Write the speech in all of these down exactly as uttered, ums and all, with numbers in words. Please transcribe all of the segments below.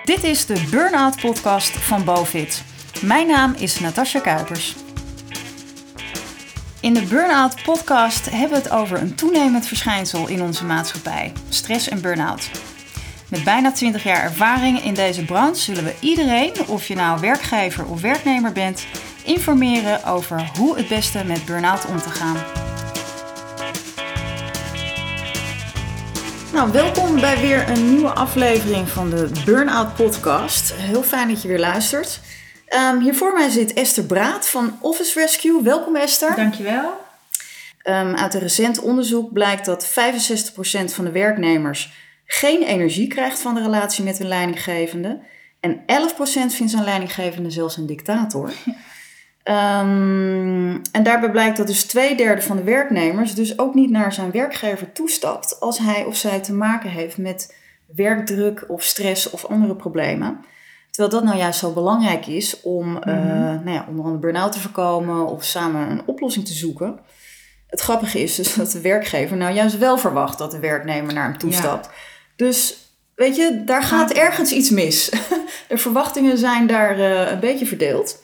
Dit is de Burn-out podcast van BoFit. Mijn naam is Natasja Kuipers. In de Burn-out podcast hebben we het over een toenemend verschijnsel in onze maatschappij: stress en burn-out. Met bijna twintig jaar ervaring in deze branche zullen we iedereen, of je nou werkgever of werknemer bent, informeren over hoe het beste met burn-out om te gaan. Nou, welkom bij weer een nieuwe aflevering van de Burn-out podcast. Heel fijn dat je weer luistert. Um, hier voor mij zit Esther Braat van Office Rescue. Welkom Esther. Dankjewel. Um, uit een recent onderzoek blijkt dat vijfenzestig procent van de werknemers geen energie krijgt van de relatie met hun leidinggevende. En elf procent vindt zijn leidinggevende zelfs een dictator. Um, en daarbij blijkt dat dus twee derde van de werknemers dus ook niet naar zijn werkgever toestapt als hij of zij te maken heeft met werkdruk of stress of andere problemen. Terwijl dat nou juist zo belangrijk is om mm-hmm. uh, nou ja, onder andere burn-out te voorkomen of samen een oplossing te zoeken. Het grappige is dus dat de werkgever nou juist wel verwacht dat de werknemer naar hem toestapt. Ja. Dus weet je, daar gaat ergens iets mis. De verwachtingen zijn daar uh, een beetje verdeeld.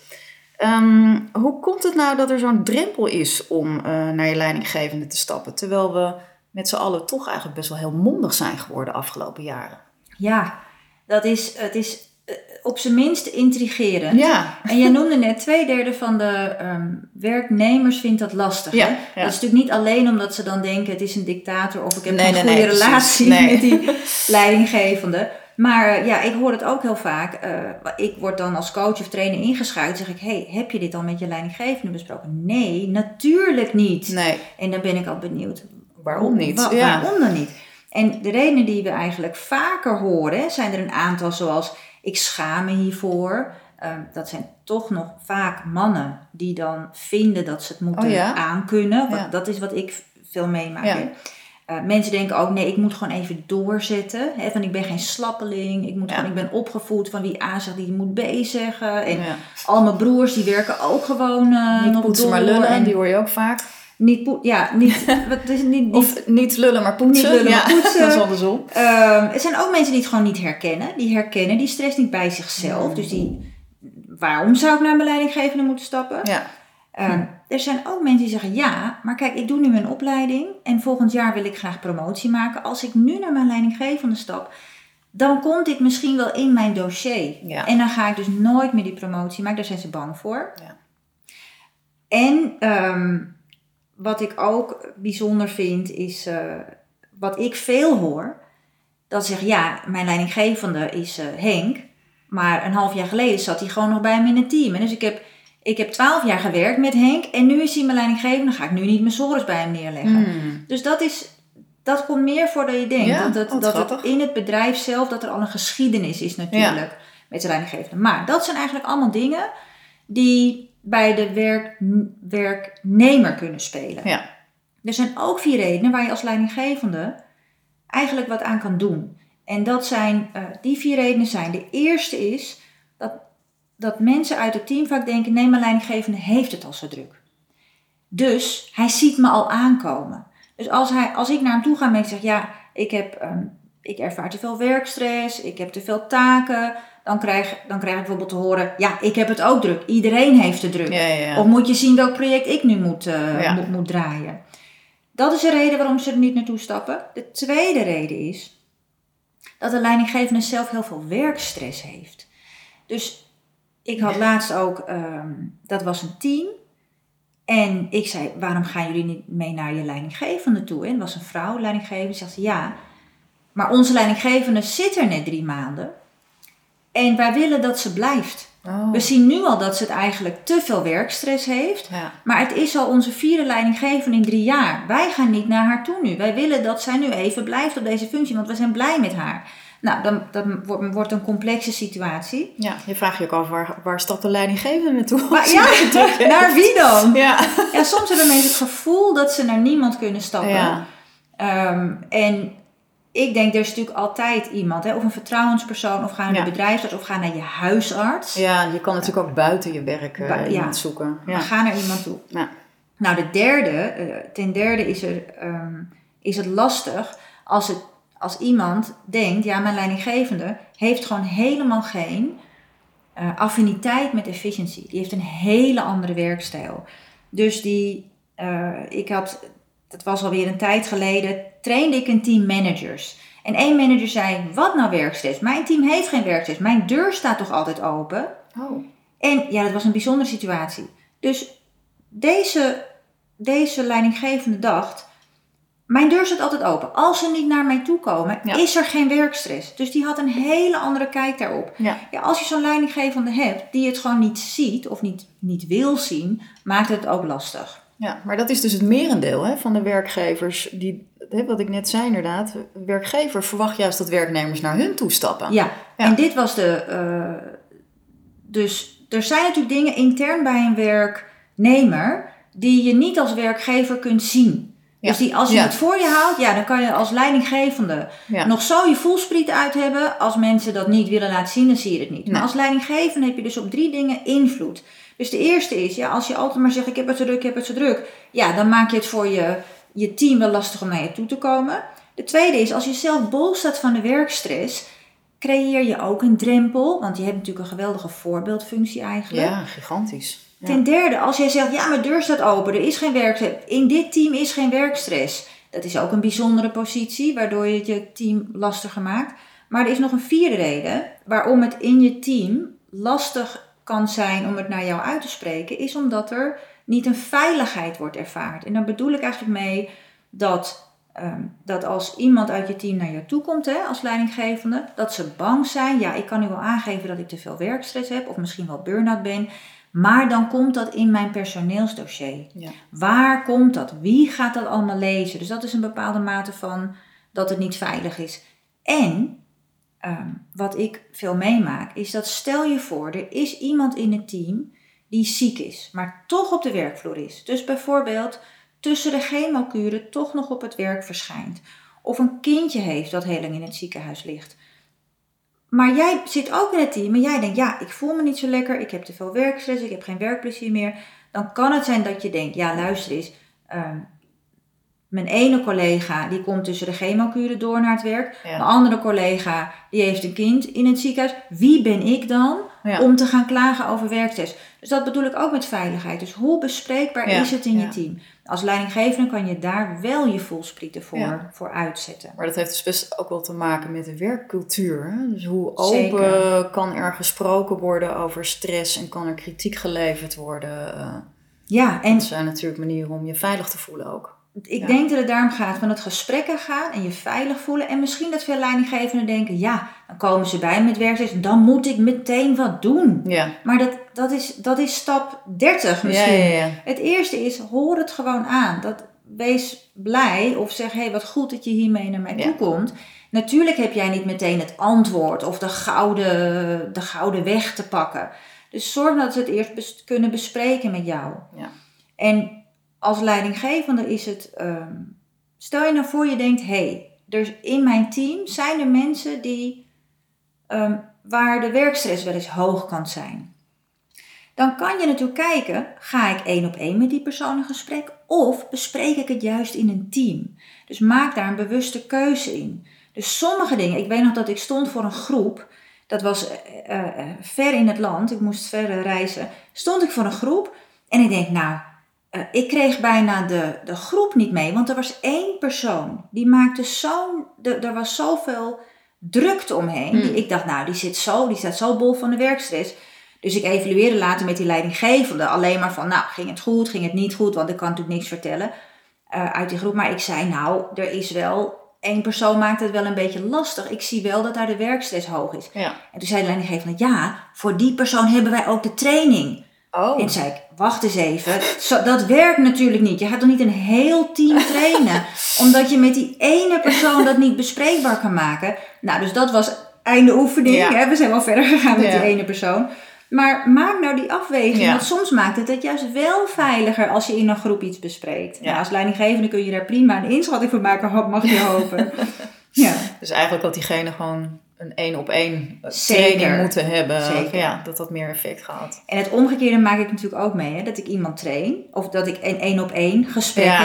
Um, hoe komt het nou dat er zo'n drempel is om uh, naar je leidinggevende te stappen? Terwijl we met z'n allen toch eigenlijk best wel heel mondig zijn geworden de afgelopen jaren. Ja, dat is, het is uh, op zijn minst intrigerend. Ja. En jij noemde net, twee derde van de um, werknemers vindt dat lastig. Ja, hè? ja. Dat is natuurlijk niet alleen omdat ze dan denken het is een dictator of ik heb nee, een nee, goede nee, relatie nee. met die leidinggevende. Maar ja, ik hoor het ook heel vaak. Uh, ik word dan als coach of trainer ingeschuift. Zeg ik, hey, heb je dit al met je leidinggevende besproken? Nee, natuurlijk niet. Nee. En dan ben ik al benieuwd. Waarom niet? Wa- ja. Waarom dan niet? En de redenen die we eigenlijk vaker horen, zijn er een aantal zoals ik schaam me hiervoor. Uh, dat zijn toch nog vaak mannen die dan vinden dat ze het moeten oh, ja? aankunnen. Ja. Dat is wat ik veel meemaak. Ja. Uh, mensen denken ook, nee, ik moet gewoon even doorzetten. Hè, van ik ben geen slappeling. Ik, moet ja. gewoon, ik ben opgevoed van wie A zegt, die moet B zeggen. En ja. al mijn broers, die werken ook gewoon uh, niet nog poetsen, door. maar lullen. En die hoor je ook vaak. Niet poetsen, ja, niet, wat is niet, niet... Of niet lullen, maar poetsen. Niet lullen, ja. maar poetsen. Dat is andersom. Um, er zijn ook mensen die het gewoon niet herkennen. Die herkennen die stress niet bij zichzelf. Mm. Dus die, waarom zou ik naar mijn leidinggevende moeten stappen? Ja. Um, er zijn ook mensen die zeggen, ja, maar kijk, ik doe nu mijn opleiding en volgend jaar wil ik graag promotie maken. Als ik nu naar mijn leidinggevende stap, dan komt dit misschien wel in mijn dossier. Ja. En dan ga ik dus nooit meer die promotie maken, daar zijn ze bang voor. Ja. En um, wat ik ook bijzonder vind is, uh, wat ik veel hoor, dat ze zeggen, ja, mijn leidinggevende is uh, Henk, maar een half jaar geleden zat hij gewoon nog bij me in het team. En dus ik heb... Ik heb twaalf jaar gewerkt met Henk en nu is hij mijn leidinggevende. Dan ga ik nu niet mijn sores bij hem neerleggen. Mm. Dus dat, is, dat komt meer voor dan je denkt. Ja, dat het, oh, dat het in het bedrijf zelf, dat er al een geschiedenis is natuurlijk ja. met zijn leidinggevende. Maar dat zijn eigenlijk allemaal dingen die bij de werk, werknemer kunnen spelen. Ja. Er zijn ook vier redenen waar je als leidinggevende eigenlijk wat aan kan doen. En dat zijn, uh, die vier redenen zijn, de eerste is dat... dat mensen uit het team vaak denken, nee, mijn leidinggevende heeft het al zo druk. Dus hij ziet me al aankomen. Dus als, hij, als ik naar hem toe ga en ik zeg, ja, ik, heb, um, ik ervaar te veel werkstress, ik heb te veel taken, dan krijg, dan krijg ik bijvoorbeeld te horen, ja, ik heb het ook druk. Iedereen heeft het druk. Ja, ja, ja. Of moet je zien welk project ik nu moet, uh, ja. moet, moet draaien. Dat is de reden waarom ze er niet naartoe stappen. De tweede reden is dat de leidinggevende zelf heel veel werkstress heeft. Dus... Ik had laatst ook, um, dat was een team. En ik zei, waarom gaan jullie niet mee naar je leidinggevende toe? En dat was een vrouw, leidinggevende. Zegt ze, ja, maar onze leidinggevende zit er net drie maanden. En wij willen dat ze blijft. Oh. We zien nu al dat ze het eigenlijk te veel werkstress heeft. Ja. Maar het is al onze vierde leidinggevende in drie jaar. Wij gaan niet naar haar toe nu. Wij willen dat zij nu even blijft op deze functie, want we zijn blij met haar. Nou, dan, dan wordt, wordt een complexe situatie. Ja, je vraagt je ook af, waar, waar stapt de leidinggevende naartoe? Maar, ja, naar wie dan? Ja. Ja, soms hebben mensen het gevoel dat ze naar niemand kunnen stappen. Ja. Um, en ik denk, er is natuurlijk altijd iemand, hè, of een vertrouwenspersoon, of ga naar ja. de bedrijfsarts, of ga naar je huisarts. Ja, je kan natuurlijk ook buiten je werk uh, ba- iemand ja. zoeken. Ja. Maar ga naar iemand toe. Ja. Nou, de derde, uh, ten derde is, er, um, is het lastig als, het, als iemand denkt, ja, mijn leidinggevende heeft gewoon helemaal geen uh, affiniteit met efficiency. Die heeft een hele andere werkstijl. Dus die, uh, ik had, dat was alweer een tijd geleden, trainde ik een team managers. En één manager zei, wat nou werkstress? Mijn team heeft geen werkstress. Mijn deur staat toch altijd open? Oh. En ja, dat was een bijzondere situatie. Dus deze, deze leidinggevende dacht, mijn deur staat altijd open. Als ze niet naar mij toe komen, ja. is er geen werkstress. Dus die had een hele andere kijk daarop. Ja. Ja, als je zo'n leidinggevende hebt die het gewoon niet ziet of niet, niet wil zien, maakt het ook lastig. Ja, maar dat is dus het merendeel hè, van de werkgevers. Die, hè, wat ik net zei inderdaad. Werkgever verwacht juist dat werknemers naar hun toe stappen. Ja, ja. En dit was de... Uh, dus er zijn natuurlijk dingen intern bij een werknemer die je niet als werkgever kunt zien. Ja. Dus die, als je ja. het voor je houdt, ja, dan kan je als leidinggevende ja. nog zo je voelspriet uit hebben. Als mensen dat niet willen laten zien, dan zie je het niet. Nee. Maar als leidinggevende heb je dus op drie dingen invloed. Dus de eerste is, ja, als je altijd maar zegt, ik heb het zo druk, ik heb het zo druk. Ja, dan maak je het voor je, je team wel lastig om naar je toe te komen. De tweede is, als je zelf bol staat van de werkstress, creëer je ook een drempel. Want je hebt natuurlijk een geweldige voorbeeldfunctie eigenlijk. Ja, gigantisch. Ja. Ten derde, als jij zegt, ja, mijn deur staat open, er is geen werkstress. In dit team is geen werkstress. Dat is ook een bijzondere positie, waardoor je het je team lastiger maakt. Maar er is nog een vierde reden waarom het in je team lastig kan zijn om het naar jou uit te spreken, is omdat er niet een veiligheid wordt ervaard. En dan bedoel ik eigenlijk mee dat, um, dat als iemand uit je team naar jou toe komt, hè, als leidinggevende, dat ze bang zijn, ja, ik kan nu wel aangeven dat ik te veel werkstress heb, of misschien wel burn-out ben, maar dan komt dat in mijn personeelsdossier. Ja. Waar komt dat? Wie gaat dat allemaal lezen? Dus dat is een bepaalde mate van dat het niet veilig is. En um, wat ik veel meemaak, is dat stel je voor, er is iemand in het team die ziek is, maar toch op de werkvloer is. Dus bijvoorbeeld tussen de chemokuren toch nog op het werk verschijnt. Of een kindje heeft dat heel lang in het ziekenhuis ligt. Maar jij zit ook in het team en jij denkt, ja, ik voel me niet zo lekker, ik heb te veel werkstress, ik heb geen werkplezier meer. Dan kan het zijn dat je denkt, ja, luister eens, um, mijn ene collega die komt tussen de chemokuren door naar het werk. Ja. Mijn andere collega die heeft een kind in het ziekenhuis. Wie ben ik dan ja. om te gaan klagen over werkstress? Dus dat bedoel ik ook met veiligheid. Dus hoe bespreekbaar ja. is het in ja. je team? Als leidinggevende kan je daar wel je voelsprieten voor, ja. voor uitzetten. Maar dat heeft dus best ook wel te maken met de werkcultuur. Hè? Dus hoe open Zeker. kan er gesproken worden over stress en kan er kritiek geleverd worden? Uh, ja, en dat zijn natuurlijk manieren om je veilig te voelen ook. Ik ja. denk dat het daarom gaat van het gesprekken gaan en je veilig voelen. En misschien dat veel leidinggevenden denken, ja, dan komen ze bij met werkstress, dan moet ik meteen wat doen. Ja. Maar dat, dat, is, dat is stap dertig misschien. Ja, ja, ja. Het eerste is, hoor het gewoon aan. Dat, wees blij of zeg, hé, hey, wat goed dat je hiermee naar mij ja. toe komt. Natuurlijk heb jij niet meteen het antwoord of de gouden, de gouden weg te pakken. Dus zorg dat ze het eerst bes- kunnen bespreken met jou. Ja. En als leidinggevende is het, um, stel je nou voor je denkt, hé, hey, er in mijn team zijn er mensen die, um, waar de werkstress wel eens hoog kan zijn. Dan kan je natuurlijk kijken, ga ik één op één met die persoon in gesprek of bespreek ik het juist in een team? Dus maak daar een bewuste keuze in. Dus sommige dingen, ik weet nog dat ik stond voor een groep, dat was uh, uh, ver in het land, ik moest ver uh, reizen, stond ik voor een groep en ik denk, nou, Uh, ik kreeg bijna de, de groep niet mee, want er was één persoon. Die maakte zo'n, de, er was zoveel drukte omheen. Mm. Die, ik dacht, nou, die zit zo, die staat zo bol van de werkstress. Dus ik evalueerde later met die leidinggevende. Alleen maar van, nou, ging het goed, ging het niet goed? Want ik kan natuurlijk niks vertellen uh, uit die groep. Maar ik zei, nou, er is wel, één persoon maakt het wel een beetje lastig. Ik zie wel dat daar de werkstress hoog is. Ja. En toen zei de leidinggevende, ja, voor die persoon hebben wij ook de training. Oh. En toen zei ik, wacht eens even, Zo, dat werkt natuurlijk niet. Je gaat toch niet een heel team trainen, omdat je met die ene persoon dat niet bespreekbaar kan maken. Nou, dus dat was einde oefening. Ja. Hè? We zijn wel verder gegaan met ja. die ene persoon. Maar maak nou die afweging, ja. want soms maakt het het juist wel veiliger als je in een groep iets bespreekt. Ja. Nou, als leidinggevende kun je daar prima een inschatting van maken, mag je hopen. Ja. Dus eigenlijk had diegene gewoon een één op één training moeten hebben. Zeker. Ja, dat dat meer effect gehad. En het omgekeerde maak ik natuurlijk ook mee. Hè? Dat ik iemand train. Of dat ik een één op één gesprek ja. heb.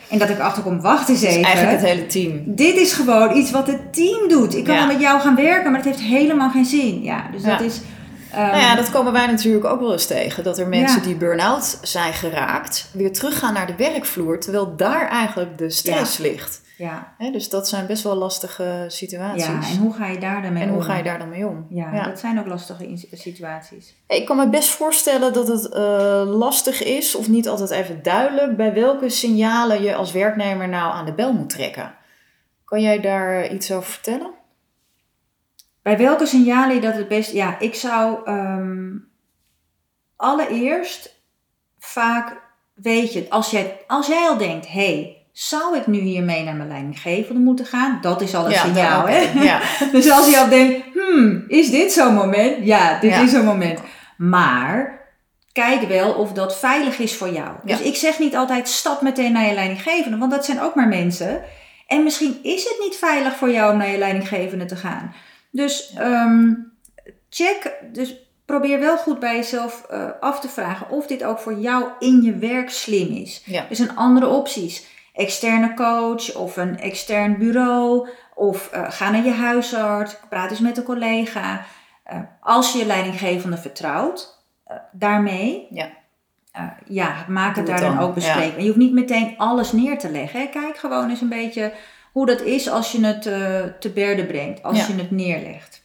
En dat ik achterkom, wacht eens even. Dus eigenlijk het hele team. Dit is gewoon iets wat het team doet. Ik kan Ja. wel met jou gaan werken, maar het heeft helemaal geen zin. Ja, dus Ja. dat is... Um, nou ja, dat komen wij natuurlijk ook wel eens tegen. Dat er mensen Ja. die burn-out zijn geraakt, weer teruggaan naar de werkvloer, terwijl daar eigenlijk de stress Ja. ligt. Ja. He, dus dat zijn best wel lastige situaties. Ja, en hoe ga je daar dan mee En om? hoe ga je daar dan mee om? Ja, Ja. dat zijn ook lastige in- situaties. Ik kan me best voorstellen dat het uh, lastig is, of niet altijd even duidelijk, bij welke signalen je als werknemer nou aan de bel moet trekken. Kan jij daar iets over vertellen? Bij welke signalen je dat het best... Ja, ik zou um, allereerst vaak, weet je, als jij, als jij al denkt, hé, hey, zou ik nu hiermee naar mijn leidinggevende moeten gaan? Dat is al een ja, signaal, okay. hè? Ja. Dus als je al denkt, hmm, is dit zo'n moment? Ja, dit ja. is zo'n moment. Maar kijk wel of dat veilig is voor jou. Ja. Dus ik zeg niet altijd, stap meteen naar je leidinggevende, want dat zijn ook maar mensen. En misschien is het niet veilig voor jou om naar je leidinggevende te gaan. Dus um, check, dus probeer wel goed bij jezelf uh, af te vragen of dit ook voor jou in je werk slim is. Ja. Dus een andere opties. Externe coach of een extern bureau of uh, ga naar je huisarts, praat eens met een collega. Uh, als je je leidinggevende vertrouwt, uh, daarmee, ja, uh, ja maak het Doe daar het dan dan ook bespreekbaar. Ja. Je hoeft niet meteen alles neer te leggen. Hè. Kijk gewoon eens een beetje hoe dat is als je het uh, te berde brengt, als ja. je het neerlegt.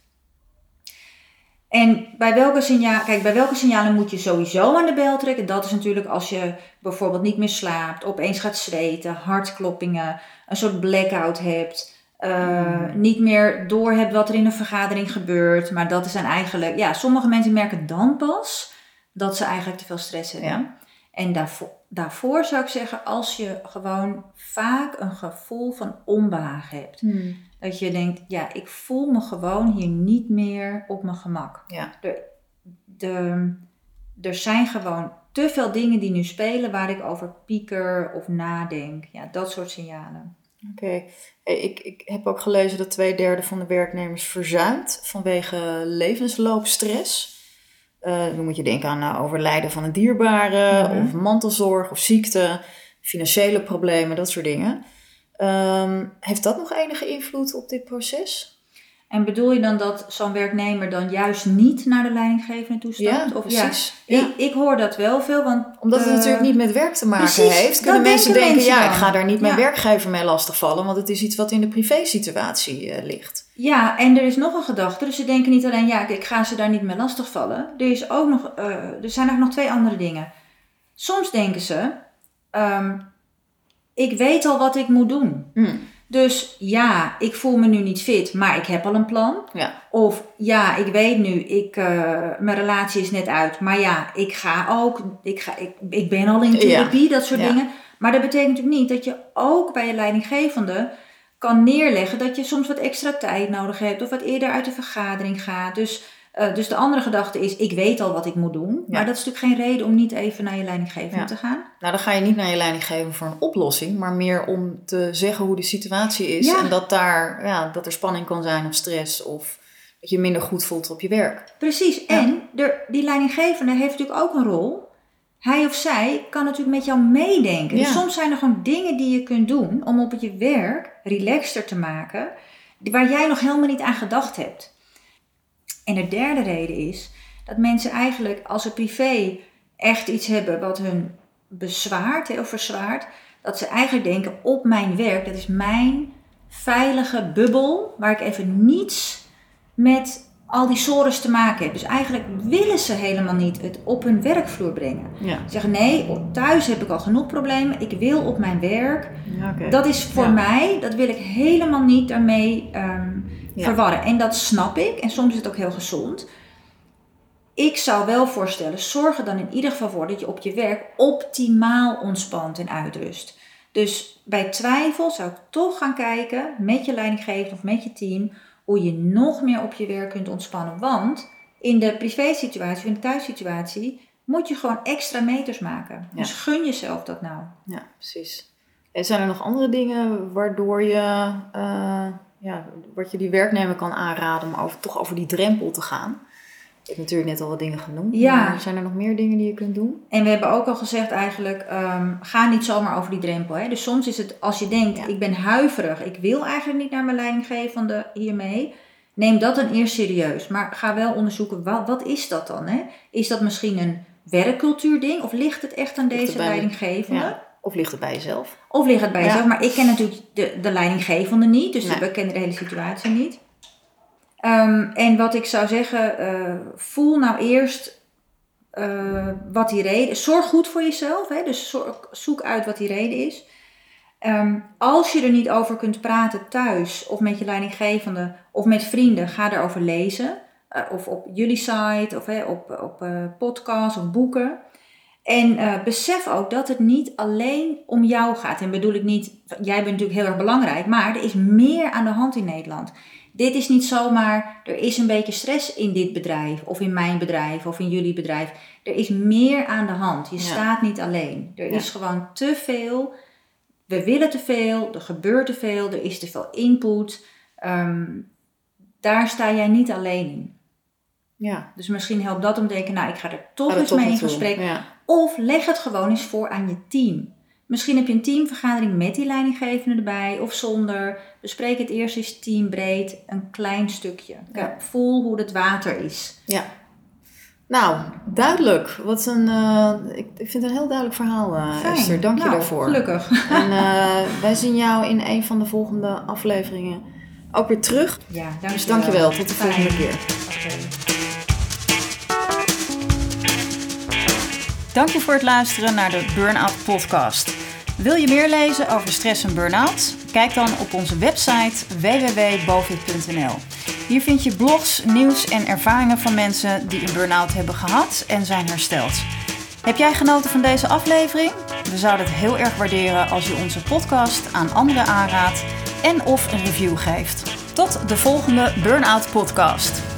En bij welke, signaal, kijk, bij welke signalen moet je sowieso aan de bel trekken? Dat is natuurlijk als je bijvoorbeeld niet meer slaapt, opeens gaat zweten, hartkloppingen, een soort blackout hebt, uh, mm. niet meer doorhebt wat er in een vergadering gebeurt. Maar dat is dan eigenlijk, ja, sommige mensen merken dan pas dat ze eigenlijk te veel stress hebben. Ja. En daarvoor, daarvoor zou ik zeggen, als je gewoon vaak een gevoel van onbehagen hebt. Mm. Dat je denkt, ja, ik voel me gewoon hier niet meer op mijn gemak. Ja. Er, de, er zijn gewoon te veel dingen die nu spelen waar ik over pieker of nadenk. Ja, dat soort signalen. Oké. Okay. Ik, ik heb ook gelezen dat twee derde van de werknemers verzuimt vanwege levensloopstress. Uh, dan moet je denken aan nou, overlijden van een dierbare, mm-hmm. of mantelzorg of ziekte, financiële problemen, dat soort dingen. Um, heeft dat nog enige invloed op dit proces? En bedoel je dan dat zo'n werknemer dan juist niet naar de leidinggevende toestapt? Ja, of, precies. Ja, ja. Ik, ik hoor dat wel veel. Want, Omdat het uh, natuurlijk niet met werk te maken precies, heeft. Kunnen mensen denken, mensen ja, dan. ik ga daar niet ja. mijn werkgever mee lastigvallen. Want het is iets wat in de privésituatie uh, ligt. Ja, en er is nog een gedachte. Dus ze denken niet alleen, ja, ik ga ze daar niet mee lastigvallen. Er, is ook nog, uh, er zijn ook nog twee andere dingen. Soms denken ze, um, ik weet al wat ik moet doen. Mm. Dus ja, ik voel me nu niet fit, maar ik heb al een plan. Ja. Of ja, ik weet nu, ik, uh, mijn relatie is net uit. Maar ja, ik ga ook, ik, ga, ik, ik ben al in therapie, ja. dat soort ja. dingen. Maar dat betekent natuurlijk niet dat je ook bij je leidinggevende kan neerleggen dat je soms wat extra tijd nodig hebt. Of wat eerder uit de vergadering gaat. Dus, uh, dus de andere gedachte is, ik weet al wat ik moet doen. Ja. Maar dat is natuurlijk geen reden om niet even naar je leidinggevende ja. te gaan. Nou, dan ga je niet naar je leidinggever voor een oplossing. Maar meer om te zeggen hoe de situatie is. Ja. En dat, daar, ja, dat er spanning kan zijn of stress. Of dat je minder goed voelt op je werk. Precies. Ja. En de, die leidinggevende heeft natuurlijk ook een rol. Hij of zij kan natuurlijk met jou meedenken. Ja. Dus soms zijn er gewoon dingen die je kunt doen om op je werk relaxter te maken. Waar jij nog helemaal niet aan gedacht hebt. En de derde reden is dat mensen eigenlijk als ze privé echt iets hebben wat hun bezwaart of verzwaart. Dat ze eigenlijk denken op mijn werk, dat is mijn veilige bubbel. Waar ik even niets met al die sores te maken heb. Dus eigenlijk willen ze helemaal niet het op hun werkvloer brengen. Ja. Ze zeggen nee, thuis heb ik al genoeg problemen. Ik wil op mijn werk. Ja, okay. Dat is voor ja. mij, dat wil ik helemaal niet daarmee um, ja. verwarren. En dat snap ik. En soms is het ook heel gezond. Ik zou wel voorstellen, zorg er dan in ieder geval voor dat je op je werk optimaal ontspant en uitrust. Dus bij twijfel zou ik toch gaan kijken met je leidinggevende of met je team hoe je nog meer op je werk kunt ontspannen. Want in de privésituatie, in de thuissituatie, moet je gewoon extra meters maken. Ja. Dus gun jezelf dat nou. Ja, precies. En zijn er nog andere dingen waardoor je, uh, ja, wat je die werknemer kan aanraden om over, toch over die drempel te gaan? Je hebt natuurlijk net al wat dingen genoemd. Ja. Maar zijn er nog meer dingen die je kunt doen? En we hebben ook al gezegd eigenlijk, um, ga niet zomaar over die drempel. Hè? Dus soms is het, als je denkt, ja. ik ben huiverig, ik wil eigenlijk niet naar mijn leidinggevende hiermee. Neem dat dan eerst serieus. Maar ga wel onderzoeken, wat, wat is dat dan? Hè? Is dat misschien een werkcultuurding? Of ligt het echt aan ligt deze leidinggevende? Ja. Of ligt het bij jezelf? Of ligt het bij ja. jezelf. Maar ik ken natuurlijk de, de leidinggevende niet. Dus nee. we kennen de hele situatie niet. Um, en wat ik zou zeggen, uh, voel nou eerst uh, wat die reden is. Zorg goed voor jezelf. Hè? Dus zorg, zoek uit wat die reden is. Um, als je er niet over kunt praten thuis of met je leidinggevende of met vrienden, ga erover lezen. Uh, of op jullie site of hè, op, op uh, podcasts of boeken. En uh, besef ook dat het niet alleen om jou gaat. En bedoel ik niet, jij bent natuurlijk heel erg belangrijk, maar er is meer aan de hand in Nederland. Dit is niet zomaar, er is een beetje stress in dit bedrijf, of in mijn bedrijf, of in jullie bedrijf. Er is meer aan de hand. Je ja. staat niet alleen. Er ja. is gewoon te veel. We willen te veel, er gebeurt te veel, er is te veel input. Um, daar sta jij niet alleen in. Ja. Dus misschien helpt dat om te denken, nou ik ga er toch eens mee in gesprek. Ja. Of leg het gewoon eens voor aan je team. Misschien heb je een teamvergadering met die leidinggevende erbij of zonder. Bespreek het eerst eens teambreed, een klein stukje. Ja. Voel hoe het water is. Ja. Nou, duidelijk. Wat een, uh, ik vind het een heel duidelijk verhaal, uh, Esther. Dank je nou, daarvoor. Gelukkig. En uh, wij zien jou in een van de volgende afleveringen ook weer terug. Ja, dank dus je dank je wel. Tot de Fijn. volgende keer. Okay. Dank je voor het luisteren naar de Burn-Out Podcast. Wil je meer lezen over stress en burn-out? Kijk dan op onze website w w w punt bovit punt n l. Hier vind je blogs, nieuws en ervaringen van mensen die een burn-out hebben gehad en zijn hersteld. Heb jij genoten van deze aflevering? We zouden het heel erg waarderen als je onze podcast aan anderen aanraadt en of een review geeft. Tot de volgende Burn-Out Podcast.